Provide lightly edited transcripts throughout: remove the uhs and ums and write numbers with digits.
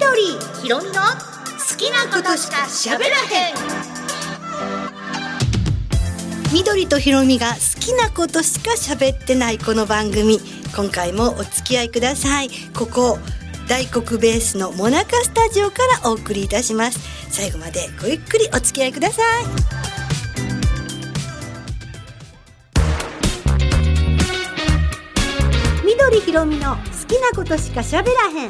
緑ひろみの好きなことしか喋らへん。緑とひろみが好きなことしか喋ってないこの番組、今回もお付き合いください。ここ大黒ベースのモナカスタジオからお送りいたします。最後までごゆっくりお付き合いください。緑ひろみの好きなことしか喋らへん。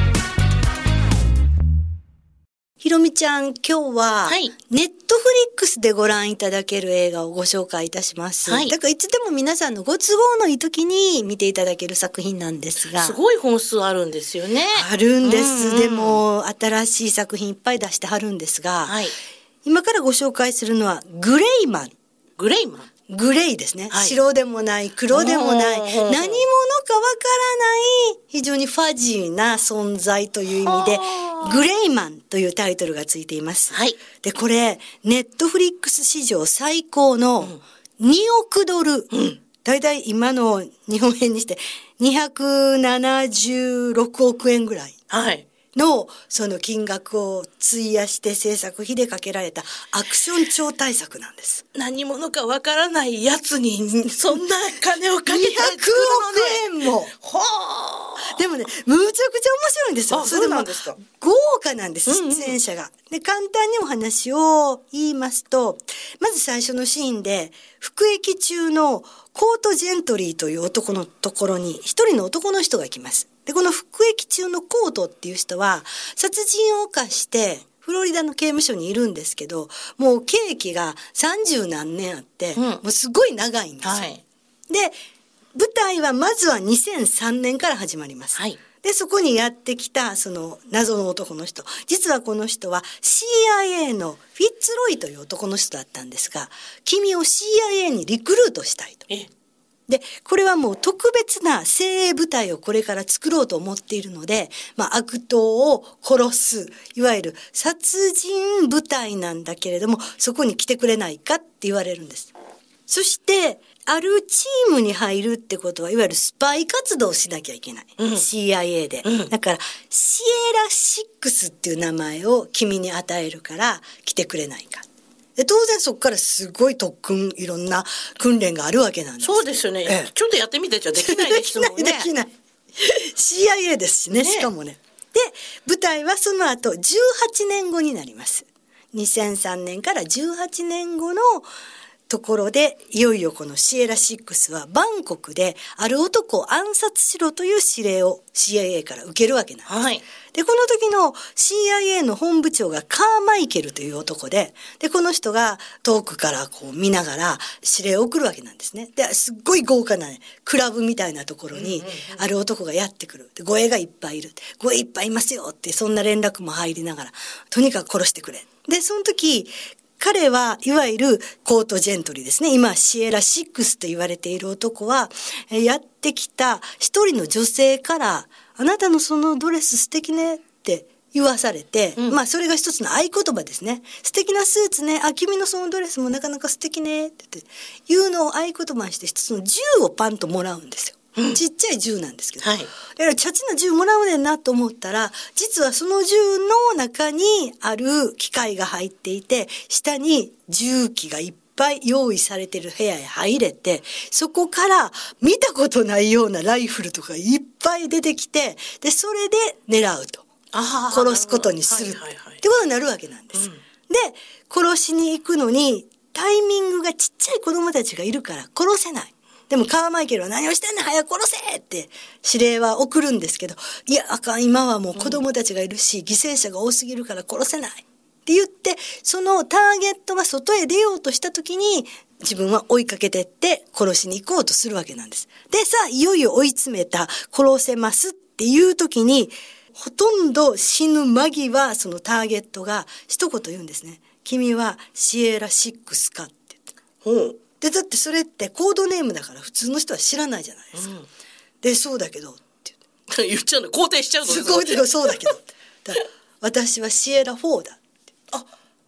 ひろみちゃん、今日はネットフリックスでご覧いただける映画をご紹介いたします、だからいつでも皆さんのご都合のいい時に見ていただける作品なんですが、 すごい本数あるんですよね。 あるんです、でも新しい作品いっぱい出してはるんですが、今からご紹介するのはグレイマン。グレイですね、白でもない黒でもない、何者かわからない非常にファジーな存在という意味でグレイマンというタイトルがついています、でこれネットフリックス史上最高の2億ドル、だいたい今の日本円にして276億円ぐらいのその金額を費やして制作費でかけられたアクション超大作なんです。 何者かわからないやつにそんな金をかけて作るのね。200億円も。でもね、むちゃくちゃ面白いんですよ。 そうなんですか。 豪華なんです、出演者が。で、簡単にお話を言いますと、まず最初のシーンで、服役中のコート・ジェントリーという男のところに一人の男の人が来ます。で、この服役中のコートっていう人は、殺人を犯して、フロリダの刑務所にいるんですけど、もう刑期が30何年あって、もうすごい長いんですよ。で、舞台はまずは2003年から始まります。で、そこにやってきたその謎の男の人。実はこの人は CIA のフィッツロイという男の人だったんですが、君を CIA にリクルートしたいと。で、これはもう特別な精鋭部隊をこれから作ろうと思っているので、悪党を殺す、いわゆる殺人部隊なんだけれども、そこに来てくれないかって言われるんです。そして、あるチームに入るってことは、いわゆるスパイ活動をしなきゃいけない。CIA で。だから、シエラ6っていう名前を君に与えるから来てくれないか。で当然そこからすごい特訓、いろんな訓練があるわけなんです。 そうですよね。ちょっとやってみてちゃできないですもんね。 できない。CIA ですしね、しかもね。で、舞台はその後18年後になります。2003年から18年後のところで、いよいよこのシエラ6はバンコクである男を暗殺しろという指令を CIA から受けるわけなんです。で、この時の CIA の本部長がカーマイケルという男で、この人が遠くからこう見ながら指令を送るわけなんですね。で、すっごい豪華なね、クラブみたいなところにある男がやってくる。で、護衛がいっぱいいる。護衛いっぱいいますよって、そんな連絡も入りながら、とにかく殺してくれ。で、その時、彼はいわゆるコートジェントリーですね。今シエラ6と言われている男は、やってきた一人の女性から、あなたのそのドレス素敵ねって言わされて、それが一つの合言葉ですね。素敵なスーツね、君のそのドレスもなかなか素敵ねって言うのを合言葉にして、一つの銃をパンともらうんですよ。ちっちゃい銃なんですけど、だからチャチな銃もらうねんなと思ったら、実はその銃の中にある機械が入っていて、下に銃器がいっぱい用意されている部屋へ入れて、そこから見たことないようなライフルとかいっぱい出てきて、でそれで狙うと、殺すことにするってことになるわけなんです。で、殺しに行くのにタイミングがちっちゃい子供たちがいるから殺せない。でもカーマイケルは何をしてんの、早く殺せって指令は送るんですけど、いやあかん、今はもう子供たちがいるし、犠牲者が多すぎるから殺せないって言って、そのターゲットが外へ出ようとした時に自分は追いかけてって殺しに行こうとするわけなんです。でさあ、いよいよ追い詰めた、殺せますっていう時に、ほとんど死ぬ間際、そのターゲットが一言言うんですね。君はシエラ6かって言って。でだってそれってコードネームだから普通の人は知らないじゃないですか。で、そうだけどって言っちゃうの、肯定しちゃうの。 そうだけどだ私はシエラ4だって。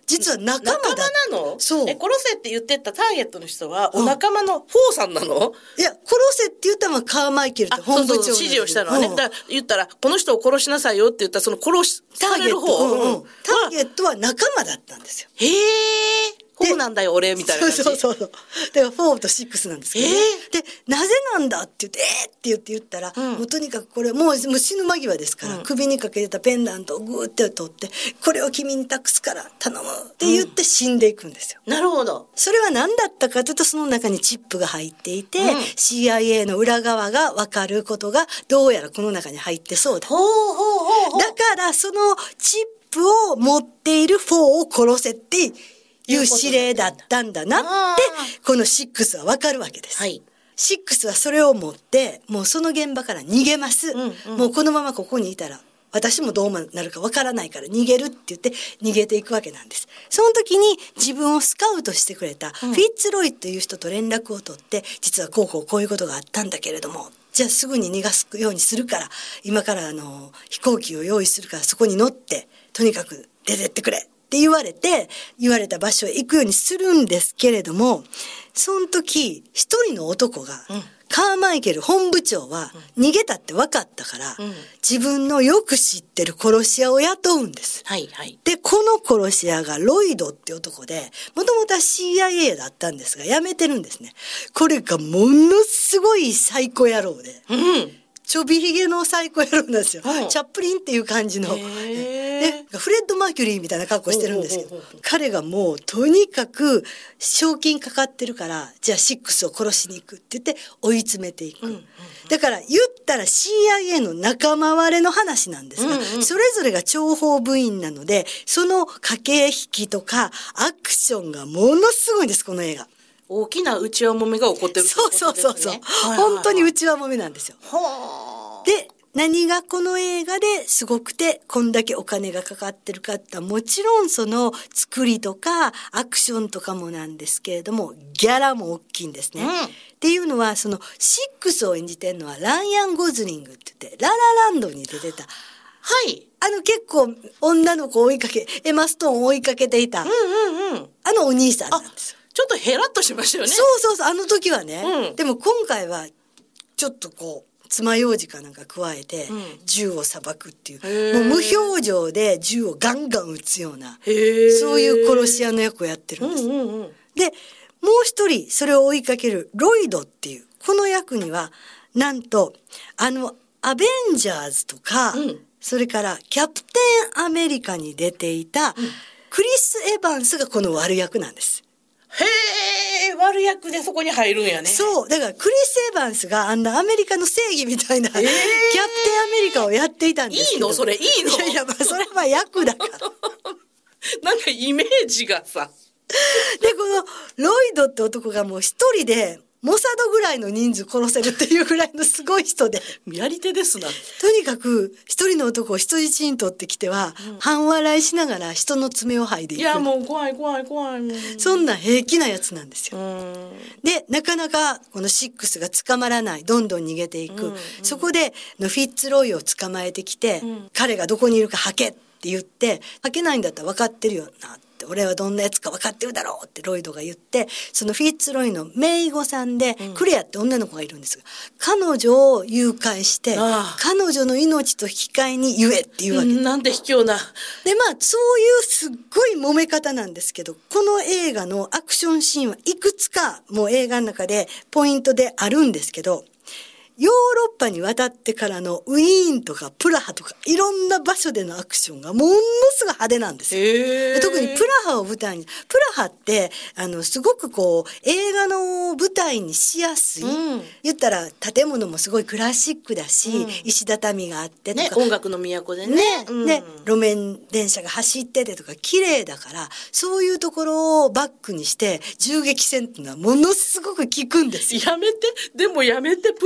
実は仲間だ。 仲間なの？ そう。 殺せって言ってたターゲットの人は、お仲間のフォーさんなの？ いや、殺せって言ったのはカーマイケルって本部長。 そう指示をしたのはね。だから言ったら、この人を殺しなさいよって言ったら、その殺される方。 ターゲットは仲間だったんですよ。 へー。フォーなんだよ俺みたいな感じ。 そう。だから4と6なんですけど、ねでなぜなんだって言ってって言ったら、もうとにかくこれもう死ぬ間際ですから、首にかけてたペンダントをグーって取ってこれを君に託すから頼むって言って死んでいくんですよ。 なるほど。 それは何だったかというと、その中にチップが入っていて、CIA の裏側が分かることがどうやらこの中に入ってそうだ。だからそのチップを持っている4を殺せっていう指令だったんだなってこの6はわかるわけです、はい、6はそれを持ってもうその現場から逃げます、もうこのままここにいたら私もどうなるかわからないから逃げるって言って逃げていくわけなんです。その時に自分をスカウトしてくれたフィッツロイという人と連絡を取って、実はこういうことがあったんだけれども、じゃあすぐに逃がすようにするから今から飛行機を用意するからそこに乗ってとにかく出てってくれって言われた場所へ行くようにするんですけれども、その時一人の男が、カーマイケル本部長は逃げたって分かったから、自分のよく知ってる殺し屋を雇うんです、でこの殺し屋がロイドって男で、もともとは CIA だったんですが辞めてるんですね。これがものすごいサイコ野郎で、ちょびひげのサイコ野郎なんですよ、チャップリンっていう感じのでフレッド・マーキュリーみたいな格好してるんですけど、彼がもうとにかく賞金かかってるからじゃあ6を殺しに行くって言って追い詰めていく、だから言ったら CIA の仲間割れの話なんですが、それぞれが諜報部員なのでその駆け引きとかアクションがものすごいんです、この映画。 大きな内輪もめが起こってるってことですね。 本当に内輪もめなんですよ。で何がこの映画ですごくてこんだけお金がかかってるかってもちろんその作りとかアクションとかもなんですけれども、ギャラも大きいんですね、っていうのはその6を演じてるのはライアン・ゴズリングって言ってララランドに出てた、結構女の子を追いかけエマ・ストーンを追いかけていた、お兄さんなんですよ。 ちょっとヘラッとしましたよね。 そうあの時はね、でも今回はちょっとこう爪楊枝かなんか加えて銃をさばくっていう、もう無表情で銃をガンガン撃つような、そういう殺し屋の役をやってるんです、でもう一人それを追いかけるロイドっていうこの役にはなんとアベンジャーズとか、それからキャプテンアメリカに出ていたクリス・エヴァンスがこの悪役なんです。 悪役でそこに入るんやね。 そうだからクリス・エヴァンスがあんなアメリカの正義みたいな、キャプテンアメリカをやっていたんですけど。 いいのそれいいの？ いやそれは役だからなんかイメージがさでこのロイドって男がもう一人でモサドぐらいの人数殺せるっていうぐらいのすごい人で、 やり手ですな。 とにかく一人の男を人質に取ってきては、半笑いしながら人の爪を剥いでいく。 いやもう怖いそんな平気なやつなんですよ。でなかなかこの6が捕まらない、どんどん逃げていく、そこでフィッツロイを捕まえてきて、彼がどこにいるか吐けって言って、吐けないんだったら分かってるよな、俺はどんなやつか分かってるだろうってロイドが言って、そのフィッツロイの姪御さんで、クレアって女の子がいるんですが、彼女を誘拐して彼女の命と引き換えに言えっていうわけ、 なんて卑怯な。 でそういうすっごい揉め方なんですけど、この映画のアクションシーンはいくつかもう映画の中でポイントであるんですけど、ヨーロッパに渡ってからのウィーンとかプラハとかいろんな場所でのアクションがものすごい派手なんですよ。特にプラハを舞台に、プラハってすごくこう映画の舞台にしやすい、言ったら建物もすごいクラシックだし、石畳があってとか、 音楽の都でね、 路面電車が走っててとか綺麗だから、そういうところをバックにして銃撃戦っていうのはものすごく効くんですよ。 やめてプラハや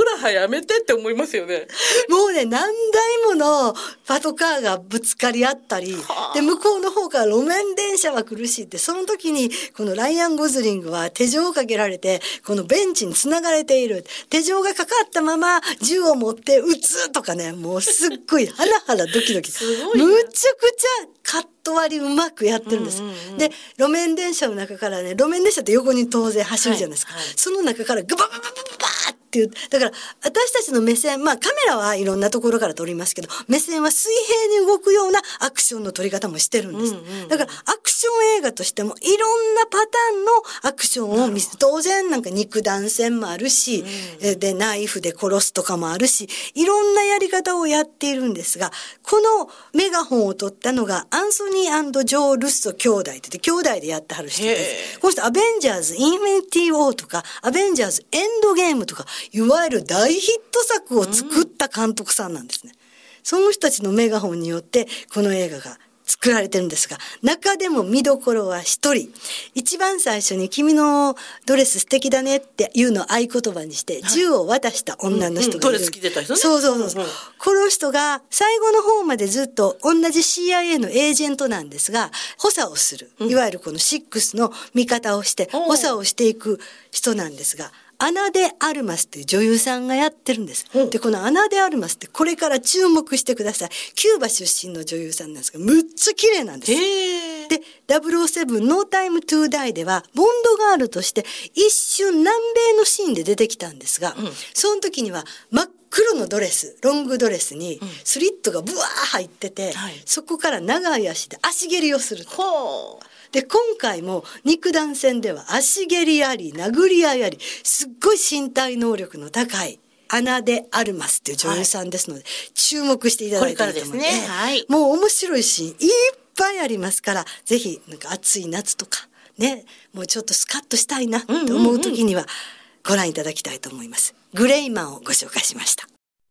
やめてって思いますよね。 もうね、何台ものパトカーがぶつかり合ったり、で、向こうの方から路面電車は苦しいって、その時に、このライアン・ゴズリングは手錠をかけられて、このベンチに繋がれている。手錠がかかったまま銃を持って撃つとかね、もうすっごいハラハラドキドキ。 すごいな。 むちゃくちゃカット割りうまくやってるんです。で、路面電車の中からね、路面電車って横に当然走るじゃないですか。 はいはい、 その中からグババババババーっていう、だから私たちの目線、まあカメラはいろんなところから撮りますけど、目線は水平に動くようなアクションの撮り方もしてるんです。だからアクション映画としてもいろんなパターンのアクションを見せ、当然なんか肉弾戦もあるし、で、ナイフで殺すとかもあるし、いろんなやり方をやっているんですが、このメガホンを撮ったのがアンソニー&ジョー・ルッソ兄弟って言って兄弟でやってはる人です。この人アベンジャーズ・インフィニティ・ウォーとかアベンジャーズ・エンドゲームとかいわゆる大ヒット作を作った監督さんなんですね。その人たちのメガホンによってこの映画が作られてるんですが、中でも見どころは一人。一番最初に君のドレス素敵だねっていうのを合言葉にして、銃を渡した女の人がいる。 ドレス着てた人ね。 そうそうそう。この人が最後の方までずっと同じ CIA のエージェントなんですが、補佐をする。いわゆるこの6の味方をして、補佐をしていく人なんですが、アナ・デ・アルマスっていう女優さんがやってるんです。で、このアナ・デ・アルマスってこれから注目してください。キューバ出身の女優さんなんですが、むっちゃ綺麗なんです。で、007 No Time to Die では、ボンドガールとして一瞬南米のシーンで出てきたんですが、その時には真っ黒のドレス、ロングドレスにスリットがブワー入ってて、そこから長い足で足蹴りをする。で、今回も肉弾戦では足蹴りあり、殴り合いあり、すっごい身体能力の高いアナ・デ・アルマスっていう女優さんですので、注目していただいていると思うので、もう面白いシーンいっぱいありますから、ぜひなんか暑い夏とかね、もうちょっとスカッとしたいなと思う時にはご覧いただきたいと思います。グレイマンをご紹介しました。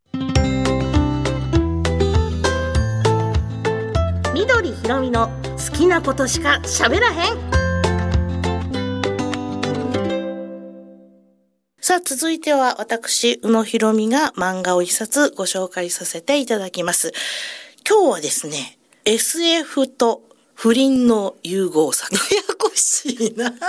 緑ひろみの好きなことしか喋らへん。さあ、続いては私宇野ひろみが漫画を一冊ご紹介させていただきます。今日はですね、 SF と不倫の融合作。 ややこしいなな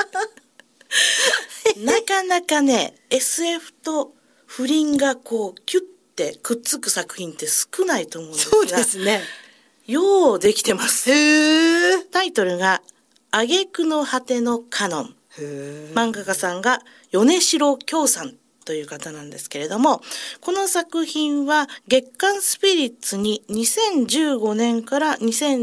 かなかね、 SF と不倫がこうキュッてくっつく作品って少ないと思うんですが、 そうですね、 ようできてます。タイトルが挙句の果てのカノン。漫画家さんが米城京さんという方なんですけれども、この作品は月刊スピリッツに2015年から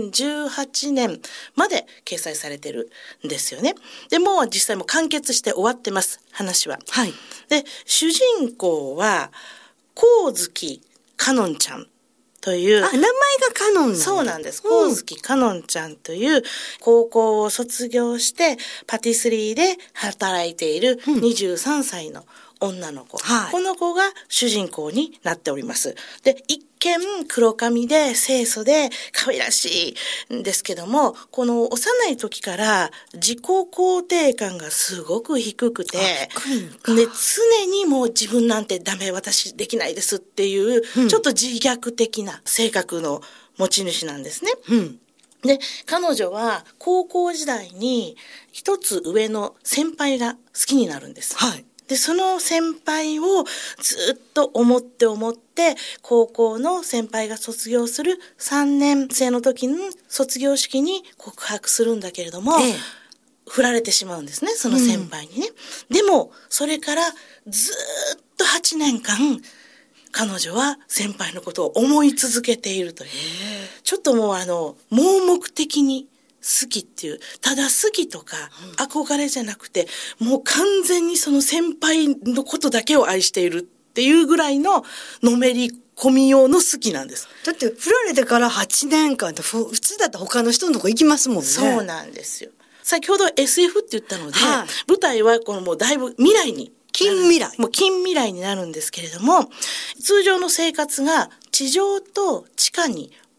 2018年まで掲載されてるんですよね。でもう実際も完結して終わってます、話は。 はい。 で、主人公は光月かのんちゃんという、 名前がカノンなんだ。 そうなんです。光月かのんちゃんという高校を卒業してパティスリーで働いている23歳の女の子、この子が主人公になっております。で、一見黒髪で清楚で可愛らしいんですけども、この幼い時から自己肯定感がすごく低くて、で、常にもう自分なんてダメ、私できないですっていう、ちょっと自虐的な性格の持ち主なんですね。で、彼女は高校時代に一つ上の先輩が好きになるんです。で、その先輩をずっと思って高校の先輩が卒業する3年生の時の卒業式に告白するんだけれども、振られてしまうんですね、その先輩にね。でもそれからずっと8年間彼女は先輩のことを思い続けているという、ちょっともう盲目的に好きっていう、ただ好きとか憧れじゃなくて、もう完全にその先輩のことだけを愛しているっていうぐらいののめり込み用の好きなんです。 だって振られてから8年間って普通だったら他の人のとこ行きますもんね。 そうなんですよ。先ほど SF って言ったので、舞台はこのもうだいぶ未来に、 近未来、 もう近未来になるんですけれども、通常の生活が地上と地下に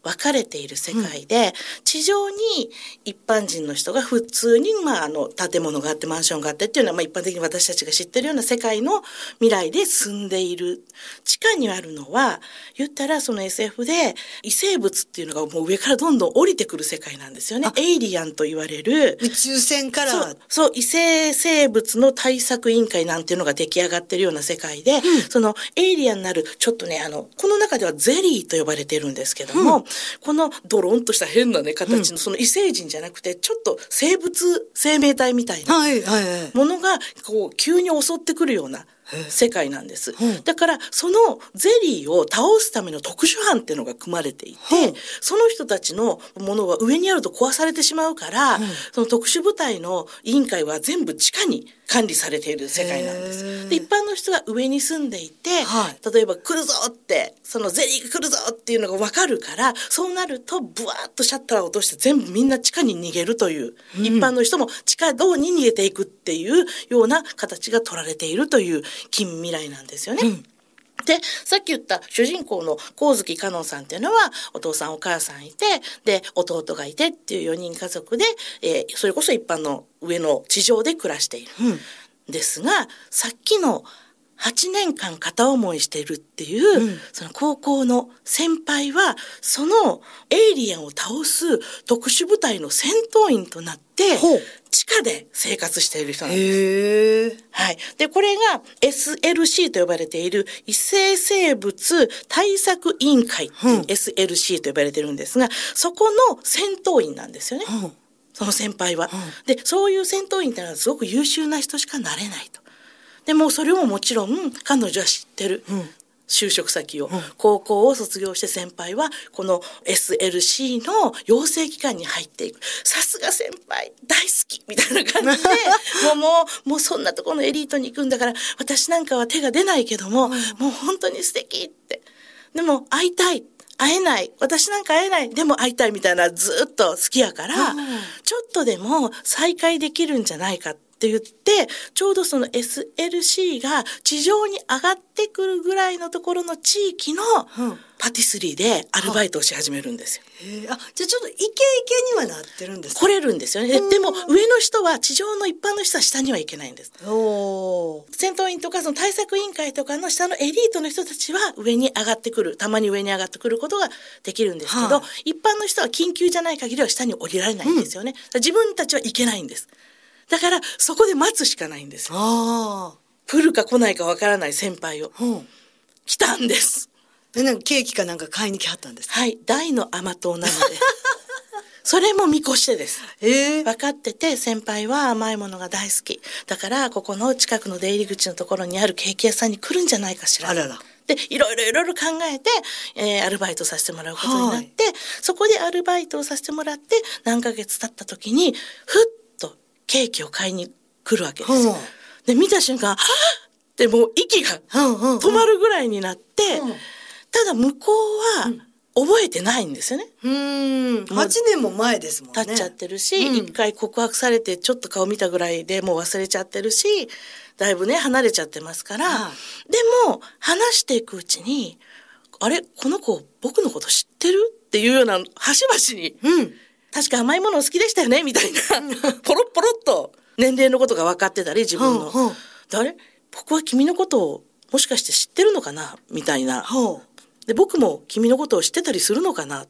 分かれている世界で、地上に一般人の人が普通に、建物があってマンションがあってっていうのは、一般的に私たちが知ってるような世界の未来で住んでいる。地下にあるのは言ったらその SF で異生物っていうのがもう上からどんどん降りてくる世界なんですよね。エイリアンと言われる宇宙船からそう異生生物の対策委員会なんていうのが出来上がってるような世界で、そのエイリアンになるちょっとねこの中ではゼリーと呼ばれてるんですけども、このドロンとした変なね形のその異星人じゃなくてちょっと生物生命体みたいなものがこう急に襲ってくるような世界なんです。だからそのゼリーを倒すための特殊班っていうのが組まれていて、その人たちのものは上にあると壊されてしまうから、その特殊部隊の委員会は全部地下に管理されている世界なんです。で一般の人が上に住んでいて、例えば来るぞってそのゼリーが来るぞっていうのが分かるから、そうなるとブワーッとシャッターを落として全部みんな地下に逃げるという、一般の人も地下道に逃げていくっていうような形が取られているという近未来なんですよね。でさっき言った主人公の上月かのんさんっていうのはお父さんお母さんいて、で弟がいてっていう4人家族で、それこそ一般の上の地上で暮らしている、ですが、さっきの8年間片思いしているっていう、その高校の先輩はそのエイリアンを倒す特殊部隊の戦闘員となって地下で生活している人なんです。はい。でこれが SLC と呼ばれている異生生物対策委員会っていう SLC と呼ばれてるんですが、そこの戦闘員なんですよね。その先輩は。でそういう戦闘員ってのはすごく優秀な人しかなれないと。でもそれももちろん彼女は知ってる、就職先を、高校を卒業して先輩はこの SLC の養成機関に入っていく。さすが先輩大好きみたいな感じでもうそんなところのエリートに行くんだから私なんかは手が出ないけども、もう本当に素敵って。でも会いたい、会えない、私なんか会えない、でも会いたいみたいな、ずっと好きやから、ちょっとでも再会できるんじゃないかって言って、ちょうどその SLC が地上に上がってくるぐらいのところの地域のパティスリーでアルバイトをし始めるんですよ。 じゃあちょっとイケイケにはなってるんですか？ 来れるんですよね。でも上の人は地上の一般の人は下には行けないんです。戦闘員とかその対策委員会とかの下のエリートの人たちは上に上がってくる、たまに上に上がってくることができるんですけど、一般の人は緊急じゃない限りは下に降りられないんですよね。自分たちは行けないんです。だからそこで待つしかないんですよ。来るか来ないかわからない先輩を、来たんです。 でなんかケーキかなんか買いに来はったんですか？ はい、大の甘党なのでそれも見越してです。分かってて、先輩は甘いものが大好きだからここの近くの出入り口のところにあるケーキ屋さんに来るんじゃないかしら。でいろいろ考えて、アルバイトさせてもらうことになって、そこでアルバイトをさせてもらって何ヶ月経った時にふっケーキを買いに来るわけです。で見た瞬間はっってもう息が止まるぐらいになって、ただ向こうは覚えてないんですよね。 8年も前ですもんね。 経っちゃってるし、一回告白されてちょっと顔見たぐらいでもう忘れちゃってるし、だいぶね離れちゃってますから、でも話していくうちにあれこの子僕のこと知ってるっていうような端々に、確か甘いもの好きでしたよねみたいなポロッポロっと年齢のことが分かってたり、自分の誰僕は君のことをもしかして知ってるのかなみたいな、で僕も君のことを知ってたりするのかなって、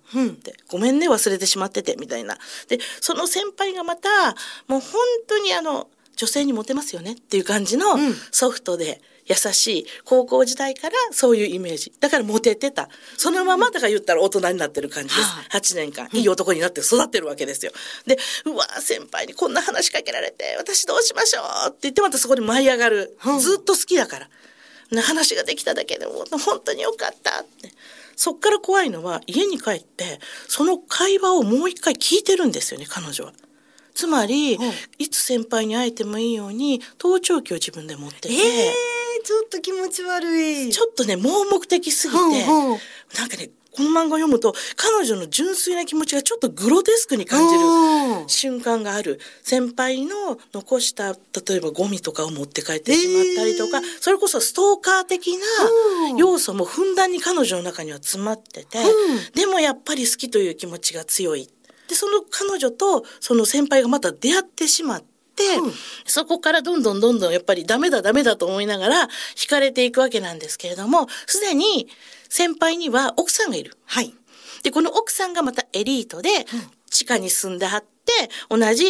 ごめんね忘れてしまっててみたいな。でその先輩がまたもう本当に女性にモテますよねっていう感じのソフトで優しい、高校時代からそういうイメージだからモテてた、そのままだから言ったら大人になってる感じです。8年間いい男になって育ってるわけですよ。でうわ先輩にこんな話しかけられて私どうしましょうって言ってまたそこで舞い上がる、ずっと好きだから話ができただけでも本当によかったって。そっから怖いのは家に帰ってその会話をもう一回聞いてるんですよね、彼女は。つまり、いつ先輩に会えてもいいように盗聴器を自分で持ってて、 ちょっと気持ち悪い。 ちょっとね盲目的すぎて、なんかねこの漫画を読むと彼女の純粋な気持ちがちょっとグロテスクに感じる瞬間がある。先輩の残した例えばゴミとかを持って帰ってしまったりとか、それこそストーカー的な要素もふんだんに彼女の中には詰まってて、でもやっぱり好きという気持ちが強い。でその彼女とその先輩がまた出会ってしまって、そこからどんどんやっぱりダメだと思いながら惹かれていくわけなんですけれども、すでに先輩には奥さんがいる。 はい。 でこの奥さんがまたエリートで、地下に住んではって同じ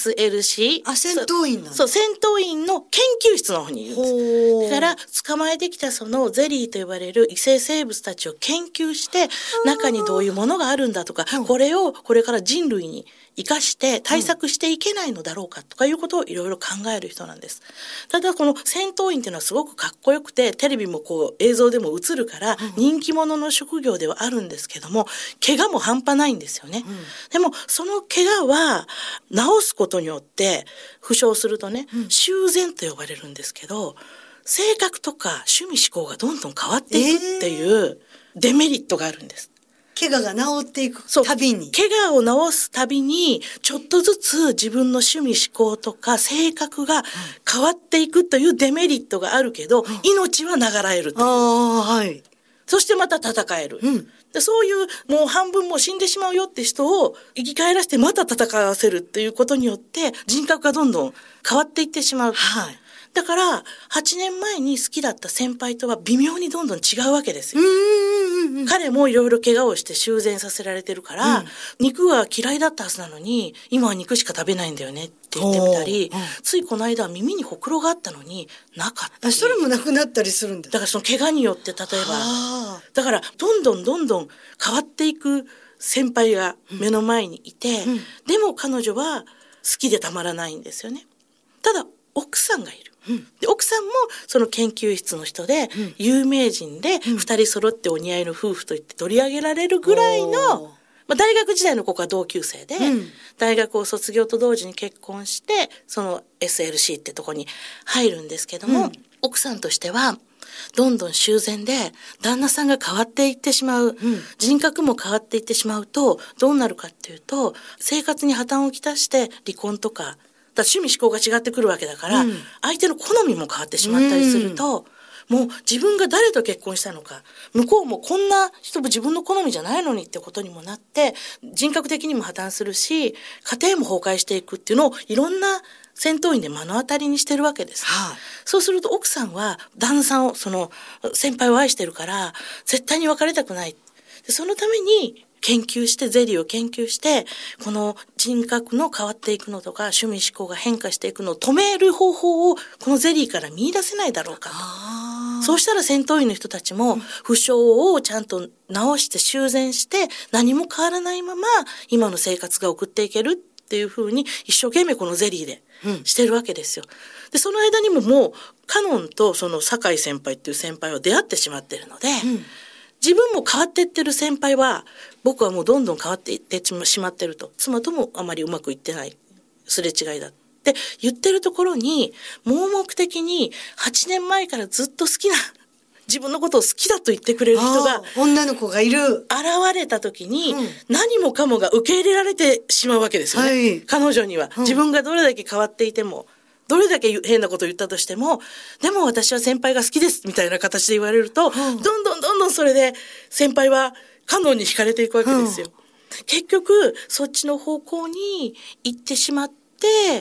SLC 戦闘員なんだ。 そう戦闘員の研究室の方にいるんです。だから捕まえてきたそのゼリーと呼ばれる異生生物たちを研究して中にどういうものがあるんだとか、これをこれから人類に生かして対策していけないのだろうかとかいうことをいろいろ考える人なんです。ただこの戦闘員っていうのはすごくかっこよくてテレビもこう映像でも映るから人気者の職業ではあるんですけども、怪我も半端ないんですよね。でもその怪我は治すことによって負傷するとね、修繕と呼ばれるんですけど、性格とか趣味思考がどんどん変わっていくっていうデメリットがあるんです。 怪我が治っていくたびに、 怪我を治すたびにちょっとずつ自分の趣味思考とか性格が変わっていくというデメリットがあるけど、命は長らえるという、 はい、 そしてまた戦える、でそういうもう半分もう死んでしまうよって人を生き返らせてまた戦わせるっていうことによって人格がどんどん変わっていってしまう、はい、だから8年前に好きだった先輩とは微妙にどんどん違うわけですよ。彼もいろいろ怪我をして修繕させられてるから、肉は嫌いだったはずなのに今は肉しか食べないんだよねって言ってみたり、ついこの間は耳にほくろがあったのになかったり、 それもなくなったりするんだ。 だからその怪我によって例えばだからどんどん変わっていく先輩が目の前にいて、でも彼女は好きでたまらないんですよね。ただ奥さんがいる。で奥さんもその研究室の人で、有名人で2人揃ってお似合いの夫婦といって取り上げられるぐらいの、大学時代の子が同級生で、大学を卒業と同時に結婚してその SLC ってとこに入るんですけども、奥さんとしてはどんどん修繕で旦那さんが変わっていってしまう、人格も変わっていってしまうとどうなるかっていうと、生活に破綻をきたして離婚とか趣味思考が違ってくるわけだから、相手の好みも変わってしまったりすると、もう自分が誰と結婚したのか、向こうもこんな人も自分の好みじゃないのにってことにもなって人格的にも破綻するし、家庭も崩壊していくっていうのをいろんな戦闘員で目の当たりにしてるわけです、そうすると奥さんは旦那さんをその先輩を愛してるから絶対に別れたくない。でそのために研究してゼリーを研究してこの人格の変わっていくのとか趣味思考が変化していくのを止める方法をこのゼリーから見出せないだろうかと。そうしたら戦闘員の人たちも負傷をちゃんと治して修繕して何も変わらないまま今の生活が送っていけるっていう風に一生懸命このゼリーでしてるわけですよ。でその間にももうカノンとその酒井先輩っていう先輩は出会ってしまってるので、自分も変わっていってる先輩は僕はもうどんどん変わっていってしまってると、妻ともあまりうまくいってないすれ違いだって言ってるところに、盲目的に8年前からずっと好きな自分のことを好きだと言ってくれる人が女の子がいる現れた時に、何もかもが受け入れられてしまうわけですよね、彼女には、自分がどれだけ変わっていてもどれだけ変なことを言ったとしても、でも私は先輩が好きですみたいな形で言われると、どんどんそれで先輩はカノンに惹かれていくわけですよ、結局そっちの方向に行ってしまって、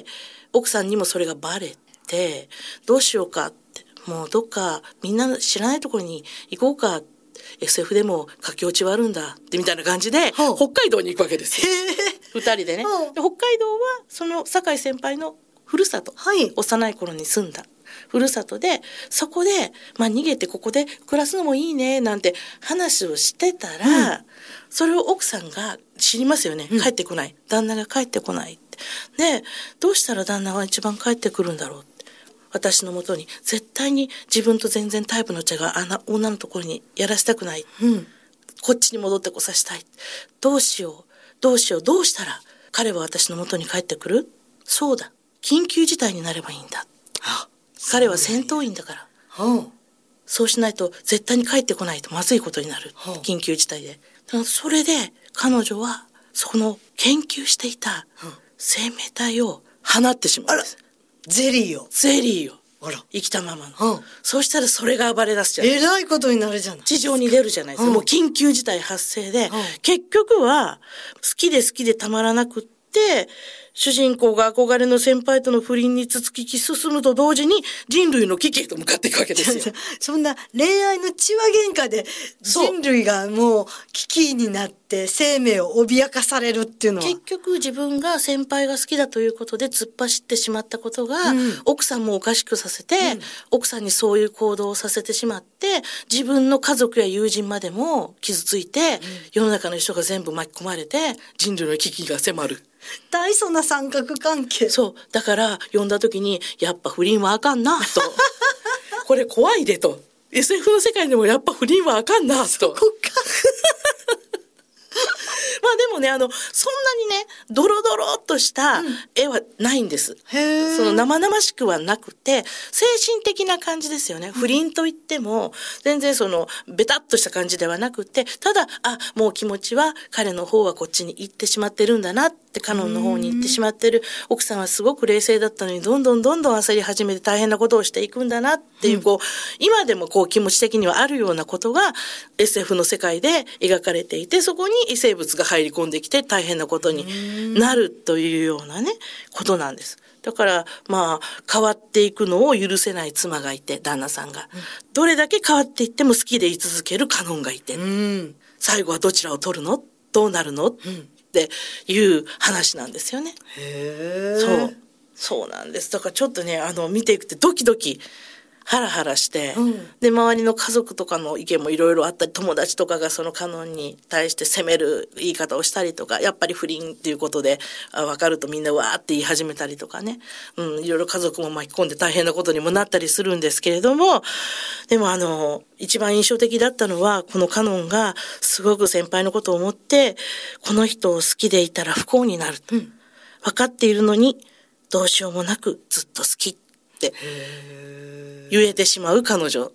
奥さんにもそれがバレて、どうしようかって、もうどっかみんな知らないところに行こうか、SF でも駆け落ちはあるんだってみたいな感じで北海道に行くわけですよ2人でね。で北海道はその酒井先輩のふるさと、幼い頃に住んだふるさとで、そこで、逃げてここで暮らすのもいいねなんて話をしてたら、それを奥さんが知りますよね、帰ってこない、旦那が帰ってこないって。でどうしたら旦那が一番帰ってくるんだろうって、私のもとに絶対に自分と全然タイプの違う女のところにやらせたくない、こっちに戻ってこさせたい、どうしようどうしたら彼は私のもとに帰ってくる、そうだ緊急事態になればいいんだ、彼は戦闘員だから、 そうしないと絶対に帰ってこないとまずいことになる、緊急事態で。それで彼女はその研究していた生命体を放ってしまうんです。 ゼリーを生きたままの、そうしたらそれが暴れ出すじゃない。 えらいことになるじゃない。 地上に出るじゃないですか、もう緊急事態発生で、結局は好きでたまらなくって、主人公が憧れの先輩との不倫に突き進むと同時に人類の危機へと向かっていくわけですよ。 そんな恋愛の血は喧嘩で人類がもう危機になって生命を脅かされるっていうのは、 結局自分が先輩が好きだということで突っ走ってしまったことが、奥さんもおかしくさせて、奥さんにそういう行動をさせてしまって、自分の家族や友人までも傷ついて、世の中の人が全部巻き込まれて人類の危機が迫る。 大層な三角関係。 そう。だから読んだ時にやっぱ不倫はあかんなとこれ怖いでと、 SF の世界でもやっぱ不倫はあかんなと。 そこかまあでもね、そんなにねドロドロっとした絵はないんです。その生々しくはなくて精神的な感じですよね。不倫といっても全然そのベタっとした感じではなくて、ただもう気持ちは彼の方はこっちに行ってしまってるんだなって、カノンの方に行ってしまってる、奥さんはすごく冷静だったのにどんどん焦り始めて大変なことをしていくんだなっていう、今でも気持ち的にはあるようなことが SF の世界で描かれていて、そこに異生物が入り込んできて大変なことになるというようなねことなんです。だから変わっていくのを許せない妻がいて、旦那さんが、どれだけ変わっていっても好きでい続けるカノンがいて、最後はどちらを取るの、どうなるの、っていう話なんですよね。そうなんです。だからちょっとね見ていくとドキドキハラハラして、で周りの家族とかの意見もいろいろあったり、友達とかがそのカノンに対して責める言い方をしたりとか、やっぱり不倫っていうことで分かるとみんなわーって言い始めたりとかね、いろいろ家族も巻き込んで大変なことにもなったりするんですけれども、でも一番印象的だったのは、このカノンがすごく先輩のことを思って、この人を好きでいたら不幸になる、分かっているのにどうしようもなくずっと好きって言えてしまう彼女、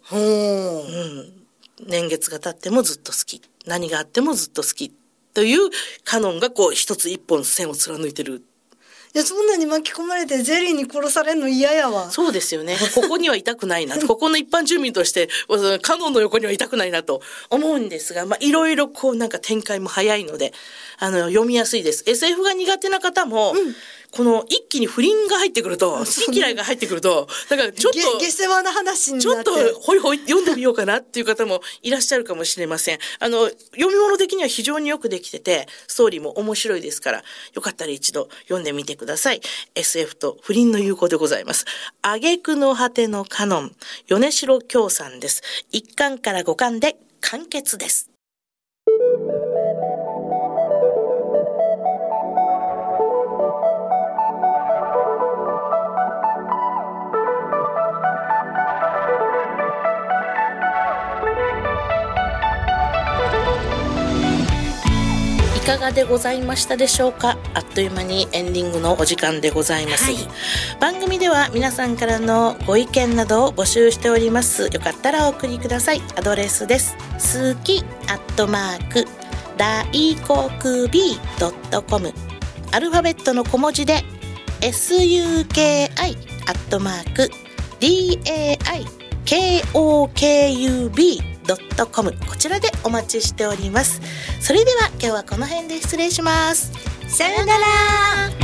年月が経ってもずっと好き、何があってもずっと好きというカノンが一つ一本線を貫いてる。 いや、そんなに巻き込まれてゼリーに殺されるの嫌やわ。 そうですよね。ここにはいたくないなここの一般住民としてカノンの横にはいたくないなと思うんですが、いろいろ展開も早いので読みやすいです。 SF が苦手な方も、この一気に不倫が入ってくると、好き嫌いが入ってくると、だからちょっと下世話な話になって、 ちょっとホイホイ読んでみようかなっていう方もいらっしゃるかもしれません。読み物的には非常によくできてて、ストーリーも面白いですから、よかったら一度読んでみてください。 SF と不倫の友好でございます。挙句の果てのカノン、米城京さんです。1巻から5巻で完結です。いかがでございましたでしょうか。あっという間にエンディングのお時間でございます、番組では皆さんからのご意見などを募集しております。よかったらお送りください。アドレスです。すき大航空 B.com、 アルファベットの小文字で suki@daikokub.com、 こちらでお待ちしております。それでは今日はこの辺で失礼します。 さよなら。